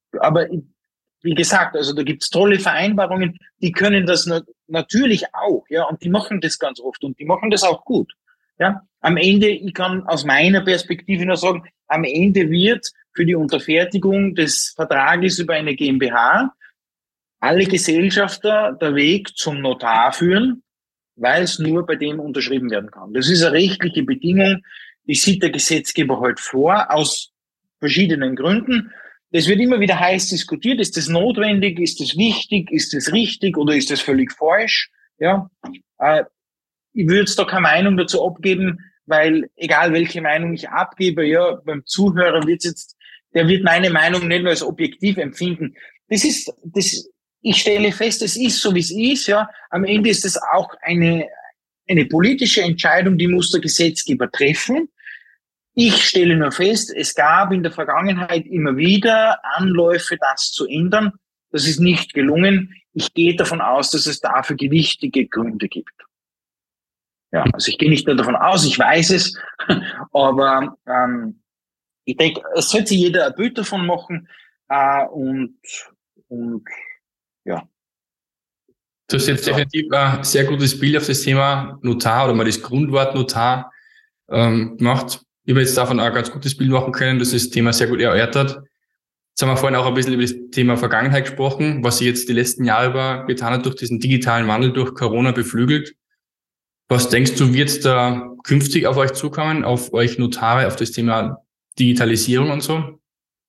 aber wie gesagt, also da gibt's tolle Vereinbarungen, die können das na- natürlich auch, ja, und die machen das ganz oft und die machen das auch gut. Ja, am Ende, ich kann aus meiner Perspektive nur sagen, am Ende wird für die Unterfertigung des Vertrages über eine GmbH alle Gesellschafter der Weg zum Notar führen, weil es nur bei dem unterschrieben werden kann. Das ist eine rechtliche Bedingung, die sieht der Gesetzgeber halt vor, aus verschiedenen Gründen. Das wird immer wieder heiß diskutiert. Ist das notwendig? Ist das wichtig? Ist das richtig? Oder ist das völlig falsch? Ja, äh, ich würde jetzt da keine Meinung dazu abgeben, weil egal welche Meinung ich abgebe, ja, beim Zuhörer wird jetzt, der wird meine Meinung nicht nur als objektiv empfinden. Das ist, das, ich stelle fest, es ist so, wie es ist, ja. Am Ende ist es auch eine, eine politische Entscheidung, die muss der Gesetzgeber treffen. Ich stelle nur fest, es gab in der Vergangenheit immer wieder Anläufe, das zu ändern. Das ist nicht gelungen. Ich gehe davon aus, dass es dafür gewichtige Gründe gibt. Ja, also ich gehe nicht nur davon aus, ich weiß es, aber ähm, ich denke, es sollte sich jeder ein Bild davon machen äh, und, und ja. Du hast jetzt definitiv ein sehr gutes Bild auf das Thema Notar oder mal das Grundwort Notar ähm, gemacht. Ich habe jetzt davon auch ein ganz gutes Bild machen können, dass das Thema sehr gut erörtert. Jetzt haben wir vorhin auch ein bisschen über das Thema Vergangenheit gesprochen, was sich jetzt die letzten Jahre über getan hat durch diesen digitalen Wandel, durch Corona beflügelt. Was denkst du, wird da künftig auf euch zukommen, auf euch Notare, auf das Thema Digitalisierung und so?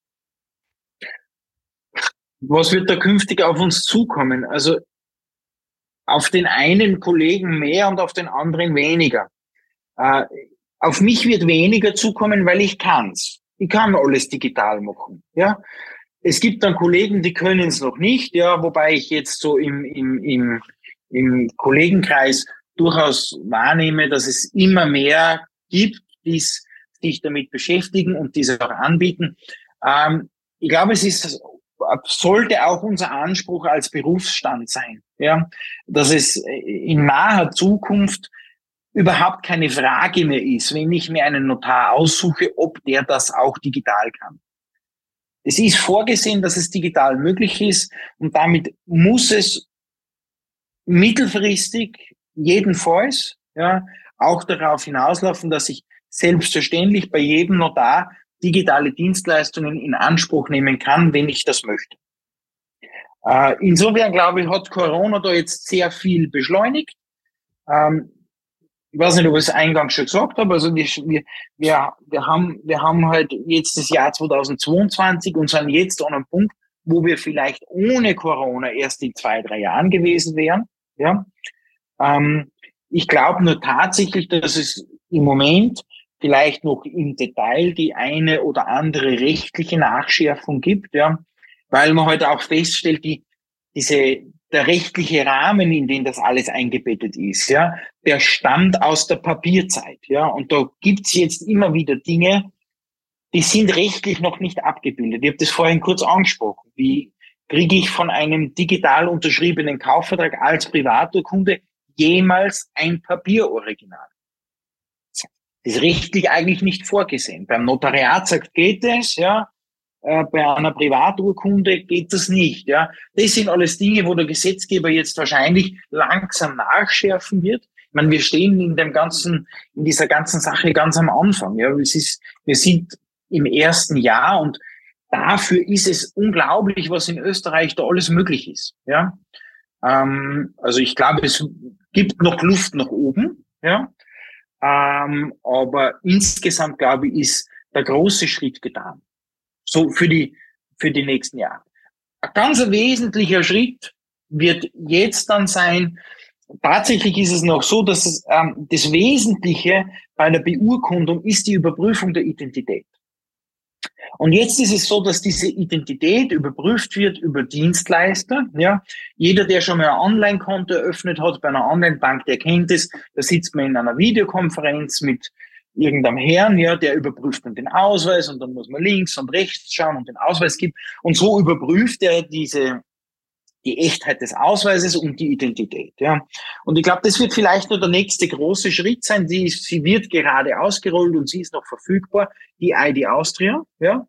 Was wird da künftig auf uns zukommen? Also auf den einen Kollegen mehr und auf den anderen weniger. Äh, auf mich wird weniger zukommen, weil ich kann's. Ich kann alles digital machen. Ja, es gibt dann Kollegen, die können es noch nicht. Ja, wobei ich jetzt so im im im im Kollegenkreis durchaus wahrnehme, dass es immer mehr gibt, die sich damit beschäftigen und diese auch anbieten. Ähm, ich glaube, es ist, sollte auch unser Anspruch als Berufsstand sein, ja, dass es in naher Zukunft überhaupt keine Frage mehr ist, wenn ich mir einen Notar aussuche, ob der das auch digital kann. Es ist vorgesehen, dass es digital möglich ist und damit muss es mittelfristig jedenfalls, ja, auch darauf hinauslaufen, dass ich selbstverständlich bei jedem Notar digitale Dienstleistungen in Anspruch nehmen kann, wenn ich das möchte. Äh, insofern, glaube ich, hat Corona da jetzt sehr viel beschleunigt. Ähm, ich weiß nicht, ob ich es eingangs schon gesagt habe, also wir, wir, wir haben, wir haben halt jetzt das Jahr zweitausendzweiundzwanzig und sind jetzt an einem Punkt, wo wir vielleicht ohne Corona erst in zwei, drei Jahren gewesen wären, ja. Ähm, ich glaube nur tatsächlich, dass es im Moment vielleicht noch im Detail die eine oder andere rechtliche Nachschärfung gibt, ja, weil man heute auch feststellt, die, diese, der rechtliche Rahmen, in den das alles eingebettet ist, ja, der stammt aus der Papierzeit, ja, und da gibt's jetzt immer wieder Dinge, die sind rechtlich noch nicht abgebildet. Ich habe das vorhin kurz angesprochen. Wie kriege ich von einem digital unterschriebenen Kaufvertrag als Privaturkunde jemals ein Papieroriginal? Das ist rechtlich eigentlich nicht vorgesehen. Beim Notariat sagt, geht es, ja. Äh, bei einer Privaturkunde geht das nicht, ja. Das sind alles Dinge, wo der Gesetzgeber jetzt wahrscheinlich langsam nachschärfen wird. Ich meine, wir stehen in dem ganzen, in dieser ganzen Sache ganz am Anfang, ja. Es ist, wir sind im ersten Jahr und dafür ist es unglaublich, was in Österreich da alles möglich ist, ja. Ähm, also ich glaube, es gibt noch Luft nach oben, ja. Ähm, aber insgesamt, glaube ich, ist der große Schritt getan. So für die, für die nächsten Jahre. Ein ganz wesentlicher Schritt wird jetzt dann sein, tatsächlich ist es noch so, dass es, ähm, das Wesentliche bei der Beurkundung ist die Überprüfung der Identität. Und jetzt ist es so, dass diese Identität überprüft wird über Dienstleister. Ja, jeder, der schon mal ein Online-Konto eröffnet hat bei einer Online-Bank, der kennt es. Da sitzt man in einer Videokonferenz mit irgendeinem Herrn, ja, der überprüft dann den Ausweis und dann muss man links und rechts schauen und den Ausweis gibt. Und so überprüft er diese die Echtheit des Ausweises und die Identität. Ja, und ich glaube, das wird vielleicht nur der nächste große Schritt sein. Die, sie wird gerade ausgerollt und sie ist noch verfügbar, die I D Austria. Ja,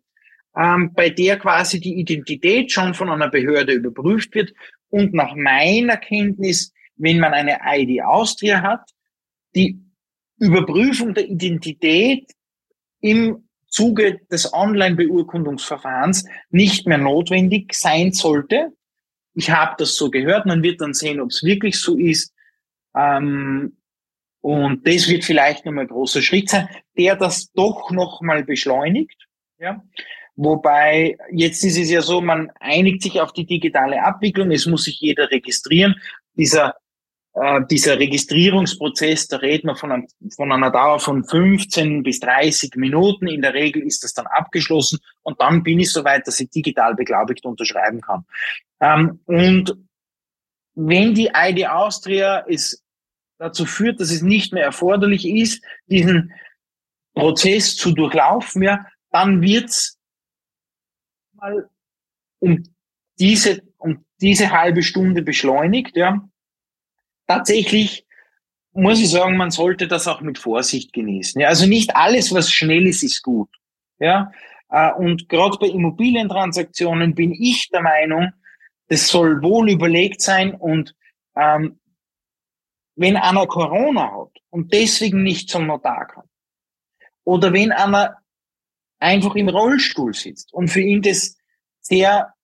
ähm, bei der quasi die Identität schon von einer Behörde überprüft wird. Und nach meiner Kenntnis, wenn man eine I D Austria hat, die Überprüfung der Identität im Zuge des Online-Beurkundungsverfahrens nicht mehr notwendig sein sollte. Ich habe das so gehört, man wird dann sehen, ob es wirklich so ist. Ähm, und das wird vielleicht nochmal ein großer Schritt sein, der das doch nochmal beschleunigt. Ja? Wobei, jetzt ist es ja so, man einigt sich auf die digitale Abwicklung, es muss sich jeder registrieren. Dieser äh, dieser Registrierungsprozess, da reden wir von, einem, von einer Dauer von fünfzehn bis dreißig Minuten. In der Regel ist das dann abgeschlossen und dann bin ich soweit, dass ich digital beglaubigt unterschreiben kann. Ähm, und wenn die I D Austria es dazu führt, dass es nicht mehr erforderlich ist, diesen Prozess zu durchlaufen, ja, dann wird's mal um diese, um diese halbe Stunde beschleunigt, ja. Tatsächlich muss ich sagen, man sollte das auch mit Vorsicht genießen. Ja, also nicht alles, was schnell ist, ist gut. Ja, und gerade bei Immobilientransaktionen bin ich der Meinung, das soll wohl überlegt sein und ähm, wenn einer Corona hat und deswegen nicht zum Notar kann oder wenn einer einfach im Rollstuhl sitzt und für ihn das sehr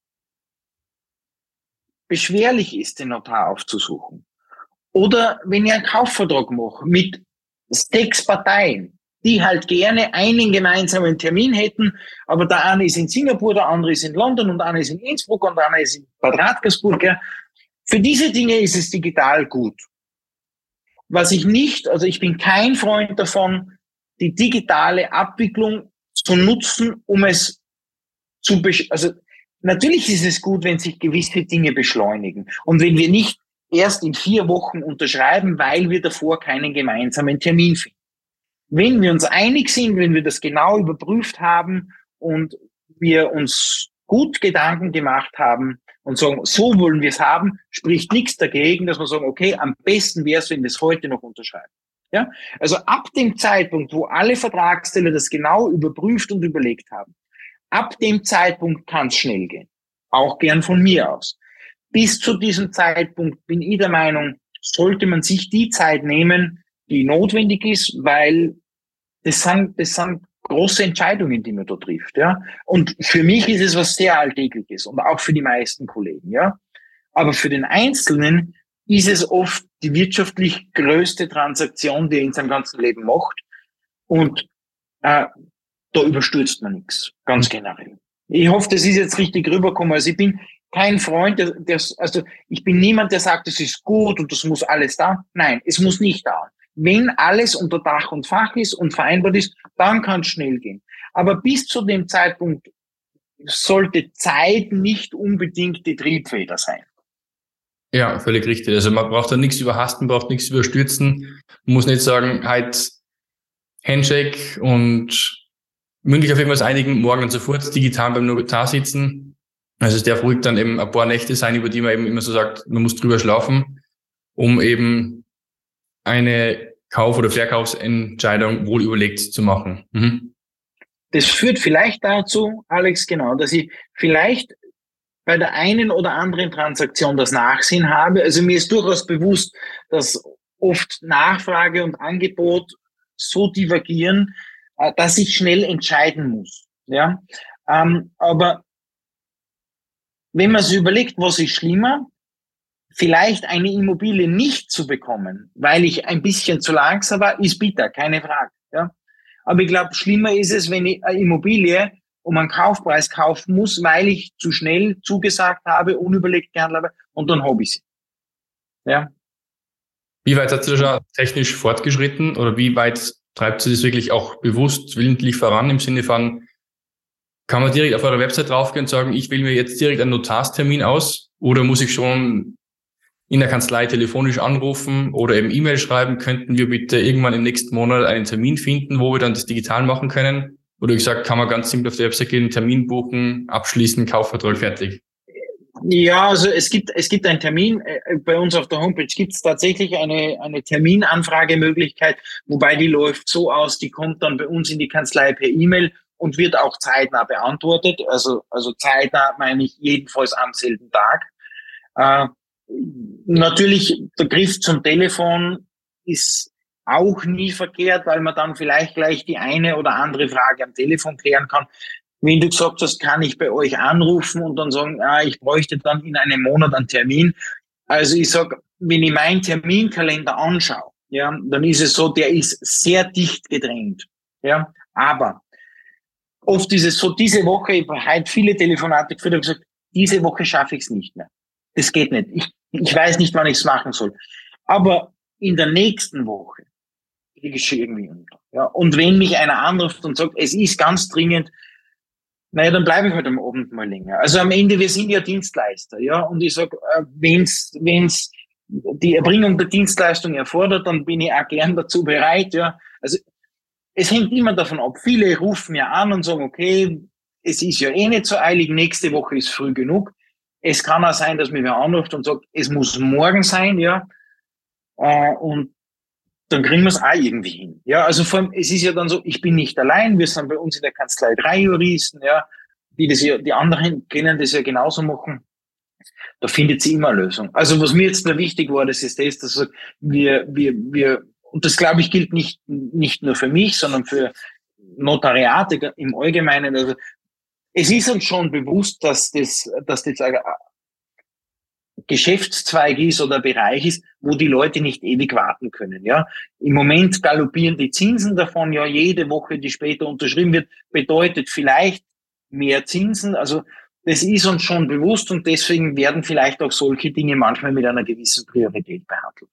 beschwerlich ist, den Notar aufzusuchen, oder wenn ich einen Kaufvertrag mache mit sechs Parteien, die halt gerne einen gemeinsamen Termin hätten, aber der eine ist in Singapur, der andere ist in London und der eine ist in Innsbruck und der andere ist in Bad Radkersburg. Ja. Für diese Dinge ist es digital gut. Was ich nicht, also ich bin kein Freund davon, die digitale Abwicklung zu nutzen, um es zu, besch- also natürlich ist es gut, wenn sich gewisse Dinge beschleunigen und wenn wir nicht erst in vier Wochen unterschreiben, weil wir davor keinen gemeinsamen Termin finden. Wenn wir uns einig sind, wenn wir das genau überprüft haben und wir uns gut Gedanken gemacht haben und sagen, so wollen wir es haben, spricht nichts dagegen, dass wir sagen, okay, am besten wäre es, wenn wir es heute noch unterschreiben. Ja? Also ab dem Zeitpunkt, wo alle Vertragsteller das genau überprüft und überlegt haben, ab dem Zeitpunkt kann es schnell gehen. Auch gern von mir aus. Bis zu diesem Zeitpunkt bin ich der Meinung, sollte man sich die Zeit nehmen, die notwendig ist, weil das sind, das sind große Entscheidungen, die man da trifft, ja. Und für mich ist es was sehr Alltägliches und auch für die meisten Kollegen, ja. Aber für den Einzelnen ist es oft die wirtschaftlich größte Transaktion, die er in seinem ganzen Leben macht. Und äh, da überstürzt man nichts, ganz generell. Ich hoffe, das ist jetzt richtig rübergekommen. Also ich bin kein Freund, der, der, also ich bin niemand, der sagt, es ist gut und das muss alles da. Nein, es muss nicht da. Wenn alles unter Dach und Fach ist und vereinbart ist, dann kann es schnell gehen. Aber bis zu dem Zeitpunkt sollte Zeit nicht unbedingt die Triebfeder sein. Ja, völlig richtig. Also man braucht da nichts überhasten, braucht nichts überstürzen. Man muss nicht sagen, halt Handshake und mündlich auf irgendwas einigen, morgen und sofort digital beim Notar sitzen. Also es darf ruhig dann eben ein paar Nächte sein, über die man eben immer so sagt, man muss drüber schlafen, um eben eine Kauf- oder Verkaufsentscheidung wohl überlegt zu machen. Mhm. Das führt vielleicht dazu, Alex, genau, dass ich vielleicht bei der einen oder anderen Transaktion das Nachsehen habe. Also mir ist durchaus bewusst, dass oft Nachfrage und Angebot so divergieren, dass ich schnell entscheiden muss. Ja, ähm, aber wenn man sich überlegt, was ist schlimmer, vielleicht eine Immobilie nicht zu bekommen, weil ich ein bisschen zu langsam war, ist bitter, keine Frage. Ja, aber ich glaube, schlimmer ist es, wenn ich eine Immobilie um einen Kaufpreis kaufen muss, weil ich zu schnell zugesagt habe, unüberlegt gehandelt habe und dann habe ich sie. Ja. Wie weit hat sie da schon technisch fortgeschritten oder wie weit treibt sie das wirklich auch bewusst, willentlich voran im Sinne von, kann man direkt auf eure Website draufgehen und sagen, ich wähle mir jetzt direkt einen Notarstermin aus oder muss ich schon in der Kanzlei telefonisch anrufen oder eben E-Mail schreiben, könnten wir bitte irgendwann im nächsten Monat einen Termin finden, wo wir dann das digital machen können? Oder wie gesagt, kann man ganz simpel auf die Website gehen, Termin buchen, abschließen, Kaufvertrag, fertig. Ja, also es gibt es gibt einen Termin, bei uns auf der Homepage gibt es tatsächlich eine eine Terminanfragemöglichkeit, wobei die läuft so aus, die kommt dann bei uns in die Kanzlei per E-Mail und wird auch zeitnah beantwortet. Also, also zeitnah meine ich jedenfalls am selben Tag. Äh, natürlich, der Griff zum Telefon ist auch nie verkehrt, weil man dann vielleicht gleich die eine oder andere Frage am Telefon klären kann. Wenn du gesagt hast, kann ich bei euch anrufen und dann sagen, ah, ich bräuchte dann in einem Monat einen Termin. Also ich sage, wenn ich meinen Terminkalender anschaue, ja, dann ist es so, der ist sehr dicht gedrängt. Ja, aber oft ist es so, diese Woche, ich habe heute viele Telefonate geführt und gesagt, diese Woche schaffe ich es nicht mehr. Das geht nicht. Ich, ich weiß nicht, wann ich es machen soll. Aber in der nächsten Woche kriege ich schon irgendwie unter. Ja, und wenn mich einer anruft und sagt, es ist ganz dringend, naja, dann bleibe ich halt am Abend mal länger. Also am Ende, wir sind ja Dienstleister, ja, und ich sage, wenn's, wenn's die Erbringung der Dienstleistung erfordert, dann bin ich auch gern dazu bereit, ja. Also es hängt immer davon ab. Viele rufen ja an und sagen, okay, es ist ja eh nicht so eilig, nächste Woche ist früh genug. Es kann auch sein, dass mir wer anruft und sagt, es muss morgen sein, ja, und dann kriegen wir es auch irgendwie hin. Ja, also vor allem, es ist ja dann so, ich bin nicht allein, wir sind bei uns in der Kanzlei drei Juristen, ja, die das ja, die anderen können das ja genauso machen. Da findet sie immer eine Lösung. Also was mir jetzt nur wichtig war, das ist das, dass wir, wir, wir, und das glaube ich gilt nicht, nicht nur für mich, sondern für Notariate im Allgemeinen. Also es ist uns schon bewusst, dass das, dass das ein Geschäftszweig ist oder Bereich ist, wo die Leute nicht ewig warten können. Ja, im Moment galoppieren die Zinsen davon. Ja, jede Woche, die später unterschrieben wird, bedeutet vielleicht mehr Zinsen. Also das ist uns schon bewusst und deswegen werden vielleicht auch solche Dinge manchmal mit einer gewissen Priorität behandelt.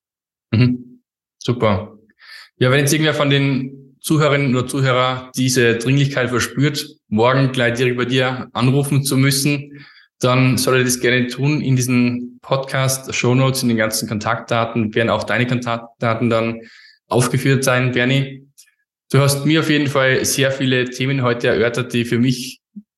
Mhm. Super. Ja, wenn jetzt irgendwer von den Zuhörerinnen oder Zuhörern diese Dringlichkeit verspürt, morgen gleich direkt bei dir anrufen zu müssen, dann soll er das gerne tun. In diesen Podcast-Shownotes, in den ganzen Kontaktdaten werden auch deine Kontaktdaten dann aufgeführt sein, Bernie. Du hast mir auf jeden Fall sehr viele Themen heute erörtert, die für mich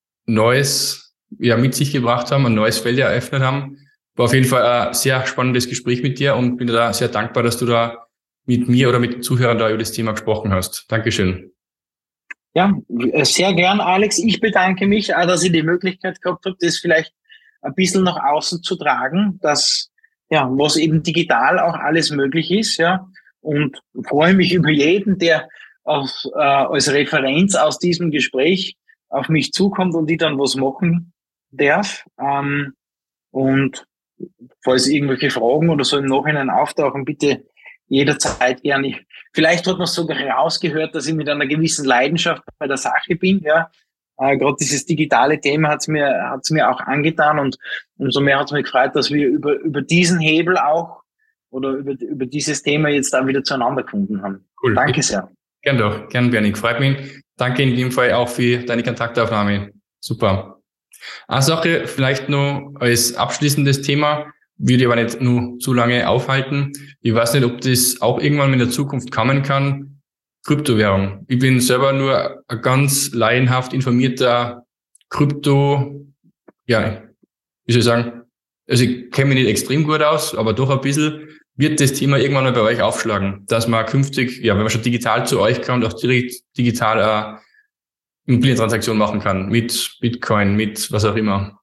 Neues ja mit sich gebracht haben, ein neues Feld eröffnet haben. War auf jeden Fall ein sehr spannendes Gespräch mit dir und bin da sehr dankbar, dass du da mit mir oder mit den Zuhörern da über das Thema gesprochen hast. Dankeschön. Ja, sehr gern, Alex. Ich bedanke mich auch, dass ich die Möglichkeit gehabt habe, das vielleicht ein bisschen nach außen zu tragen, dass, ja, was eben digital auch alles möglich ist, ja. Und freue mich über jeden, der auf, äh, als Referenz aus diesem Gespräch auf mich zukommt und ich dann was machen darf. Ähm, und falls irgendwelche Fragen oder so im Nachhinein auftauchen, bitte jederzeit gerne. Vielleicht hat man sogar herausgehört, dass ich mit einer gewissen Leidenschaft bei der Sache bin. Ja, äh, gerade dieses digitale Thema hat's mir hat's mir auch angetan und umso mehr hat's mich gefreut, dass wir über über diesen Hebel auch oder über über dieses Thema jetzt da wieder zueinander gefunden haben. Cool. Danke sehr. Gern doch, gern, Bernie. Freut mich. Danke in dem Fall auch für deine Kontaktaufnahme. Super. Eine Sache vielleicht noch als abschließendes Thema. Würde ich aber nicht nur zu lange aufhalten. Ich weiß nicht, ob das auch irgendwann in der Zukunft kommen kann. Kryptowährung. Ich bin selber nur ein ganz laienhaft informierter Krypto, ja, wie soll ich sagen, also ich kenne mich nicht extrem gut aus, aber doch ein bisschen. Wird das Thema irgendwann mal bei euch aufschlagen, dass man künftig, ja, wenn man schon digital zu euch kommt, auch direkt digital eine Immobilientransaktion machen kann, mit Bitcoin, mit was auch immer?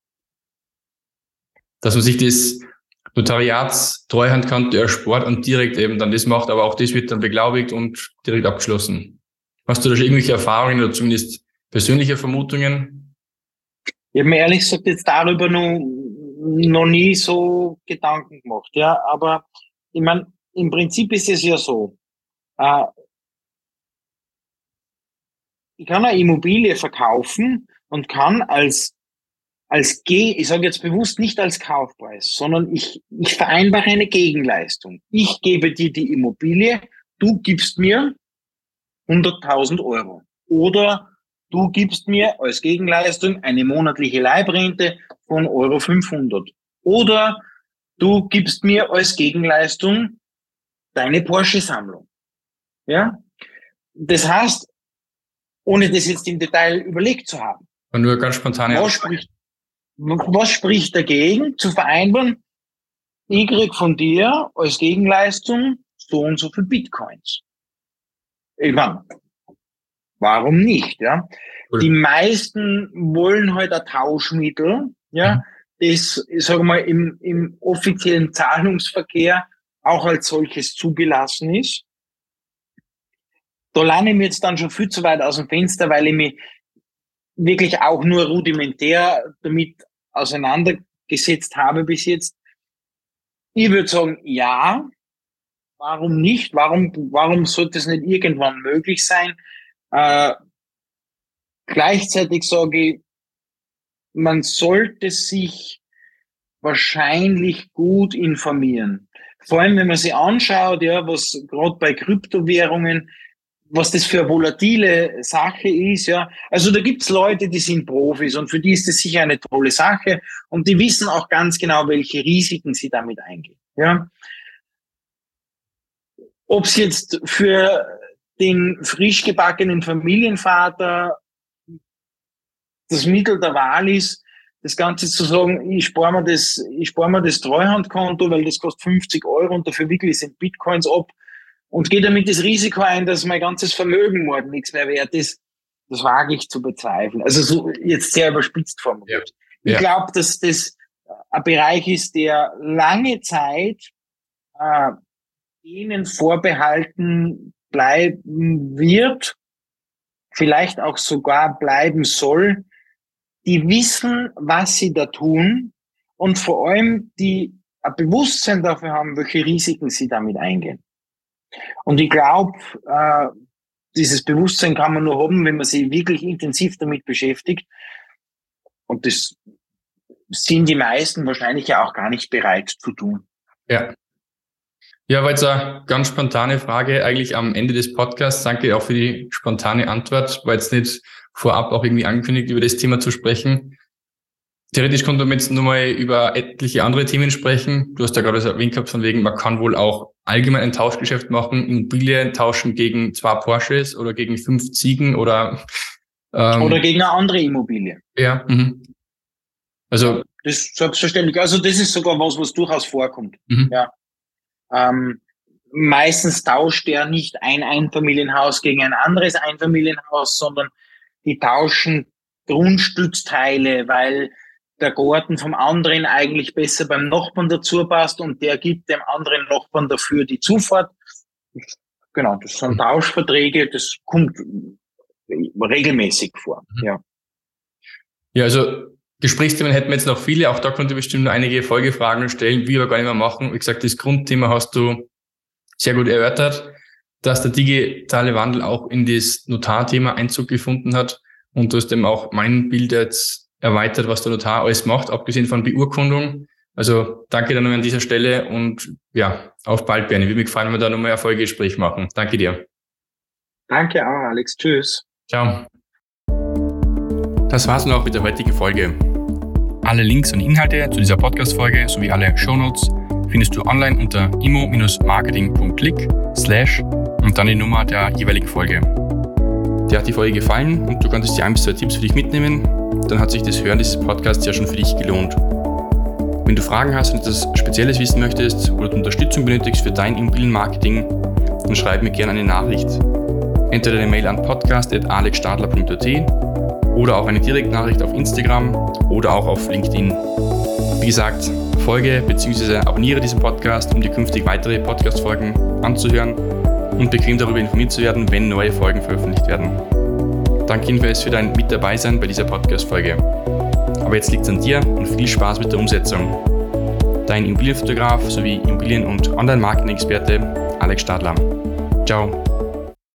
Dass man sich das Notariats-Treuhandkonto erspart und direkt eben dann das macht, aber auch das wird dann beglaubigt und direkt abgeschlossen. Hast du da schon irgendwelche Erfahrungen oder zumindest persönliche Vermutungen? Ich habe mir ehrlich gesagt jetzt darüber noch, noch nie so Gedanken gemacht, ja, aber ich meine, im Prinzip ist es ja so, äh, ich kann eine Immobilie verkaufen und kann als als G, ich sage jetzt bewusst nicht als Kaufpreis, sondern ich, ich vereinbare eine Gegenleistung. Ich gebe dir die Immobilie, du gibst mir hunderttausend Euro. Oder du gibst mir als Gegenleistung eine monatliche Leibrente von Euro fünfhundert. Oder du gibst mir als Gegenleistung deine Porsche-Sammlung. Ja? Das heißt, ohne das jetzt im Detail überlegt zu haben. Und nur ganz spontan. Was spricht Was spricht dagegen, zu vereinbaren, ich krieg von dir als Gegenleistung so und so viel Bitcoins? Ich meine, warum nicht? Ja? Cool. Die meisten wollen halt ein Tauschmittel, ja, mhm. das, ich sage mal, im, im offiziellen Zahlungsverkehr auch als solches zugelassen ist. Da lerne ich mir jetzt dann schon viel zu weit aus dem Fenster, weil ich mich wirklich auch nur rudimentär damit auseinandergesetzt habe bis jetzt. Ich würde sagen, ja, warum nicht? Warum, warum sollte es nicht irgendwann möglich sein? Äh, gleichzeitig sage ich, man sollte sich wahrscheinlich gut informieren. Vor allem, wenn man sich anschaut, ja, was gerade bei Kryptowährungen, was das für eine volatile Sache ist, ja. Also da gibt's Leute, die sind Profis und für die ist das sicher eine tolle Sache und die wissen auch ganz genau, welche Risiken sie damit eingehen, ja. Ob's jetzt für den frisch gebackenen Familienvater das Mittel der Wahl ist, das Ganze zu sagen, ich spare mir das, ich spare mir das Treuhandkonto, weil das kostet fünfzig Euro und dafür wickle ich es in Bitcoins ab und gehe damit das Risiko ein, dass mein ganzes Vermögen morgen nichts mehr wert ist, das wage ich zu bezweifeln. Also so jetzt sehr überspitzt formuliert. Ja. Ich glaube, dass das ein Bereich ist, der lange Zeit äh, denen vorbehalten bleiben wird, vielleicht auch sogar bleiben soll, die wissen, was sie da tun und vor allem die ein Bewusstsein dafür haben, welche Risiken sie damit eingehen. Und ich glaube, äh, dieses Bewusstsein kann man nur haben, wenn man sich wirklich intensiv damit beschäftigt. Und das sind die meisten wahrscheinlich ja auch gar nicht bereit zu tun. Ja. Ja, war jetzt eine ganz spontane Frage eigentlich am Ende des Podcasts. Danke auch für die spontane Antwort. War jetzt nicht vorab auch irgendwie angekündigt, über das Thema zu sprechen. Theoretisch konnte man jetzt nochmal über etliche andere Themen sprechen. Du hast ja gerade erwähnt gehabt, von wegen, man kann wohl auch allgemein ein Tauschgeschäft machen, Immobilien tauschen gegen zwei Porsches oder gegen fünf Ziegen oder ähm, oder gegen eine andere Immobilie. Ja. Mhm. Also das ist selbstverständlich. Also das ist sogar was, was durchaus vorkommt. Mhm. Ja. Ähm, meistens tauscht er nicht ein Einfamilienhaus gegen ein anderes Einfamilienhaus, sondern die tauschen Grundstücksteile, weil der Garten vom anderen eigentlich besser beim Nachbarn dazu passt und der gibt dem anderen Nachbarn dafür die Zufahrt. Genau, das sind Tauschverträge, das kommt regelmäßig vor. Ja, ja, also Gesprächsthemen hätten wir jetzt noch viele, auch da konnte ich bestimmt noch einige Folgefragen stellen, wie wir gar nicht mehr machen. Wie gesagt, das Grundthema hast du sehr gut erörtert, dass der digitale Wandel auch in das Notarthema Einzug gefunden hat und du hast eben auch mein Bild jetzt erweitert, was der Notar alles macht, abgesehen von Beurkundung. Also danke dann nochmal an dieser Stelle und ja, auf bald, Bernie. Würde mich gefallen, wenn wir da nochmal ein Folgegespräch machen. Danke dir. Danke auch, Alex. Tschüss. Ciao. Das war's nun auch mit der heutigen Folge. Alle Links und Inhalte zu dieser Podcast-Folge sowie alle Shownotes findest du online unter immo-marketing punkt click slash und dann die Nummer der jeweiligen Folge. Dir hat die Folge gefallen und du konntest dir ein bis zwei Tipps für dich mitnehmen, dann hat sich das Hören dieses Podcasts ja schon für dich gelohnt. Wenn du Fragen hast und etwas Spezielles wissen möchtest oder du Unterstützung benötigst für dein Immobilienmarketing, dann schreib mir gerne eine Nachricht. Entweder eine Mail an podcast at alex stadler punkt a t oder auch eine Direktnachricht auf Instagram oder auch auf LinkedIn. Wie gesagt, folge bzw. abonniere diesen Podcast, um dir künftig weitere Podcast-Folgen anzuhören und bequem darüber informiert zu werden, wenn neue Folgen veröffentlicht werden. Danke jedenfalls für dein Mit dabei sein bei dieser Podcast-Folge. Aber jetzt liegt es an dir und viel Spaß mit der Umsetzung. Dein Immobilienfotograf sowie Immobilien- und Online-Marketing-Experte Alex Stadler. Ciao.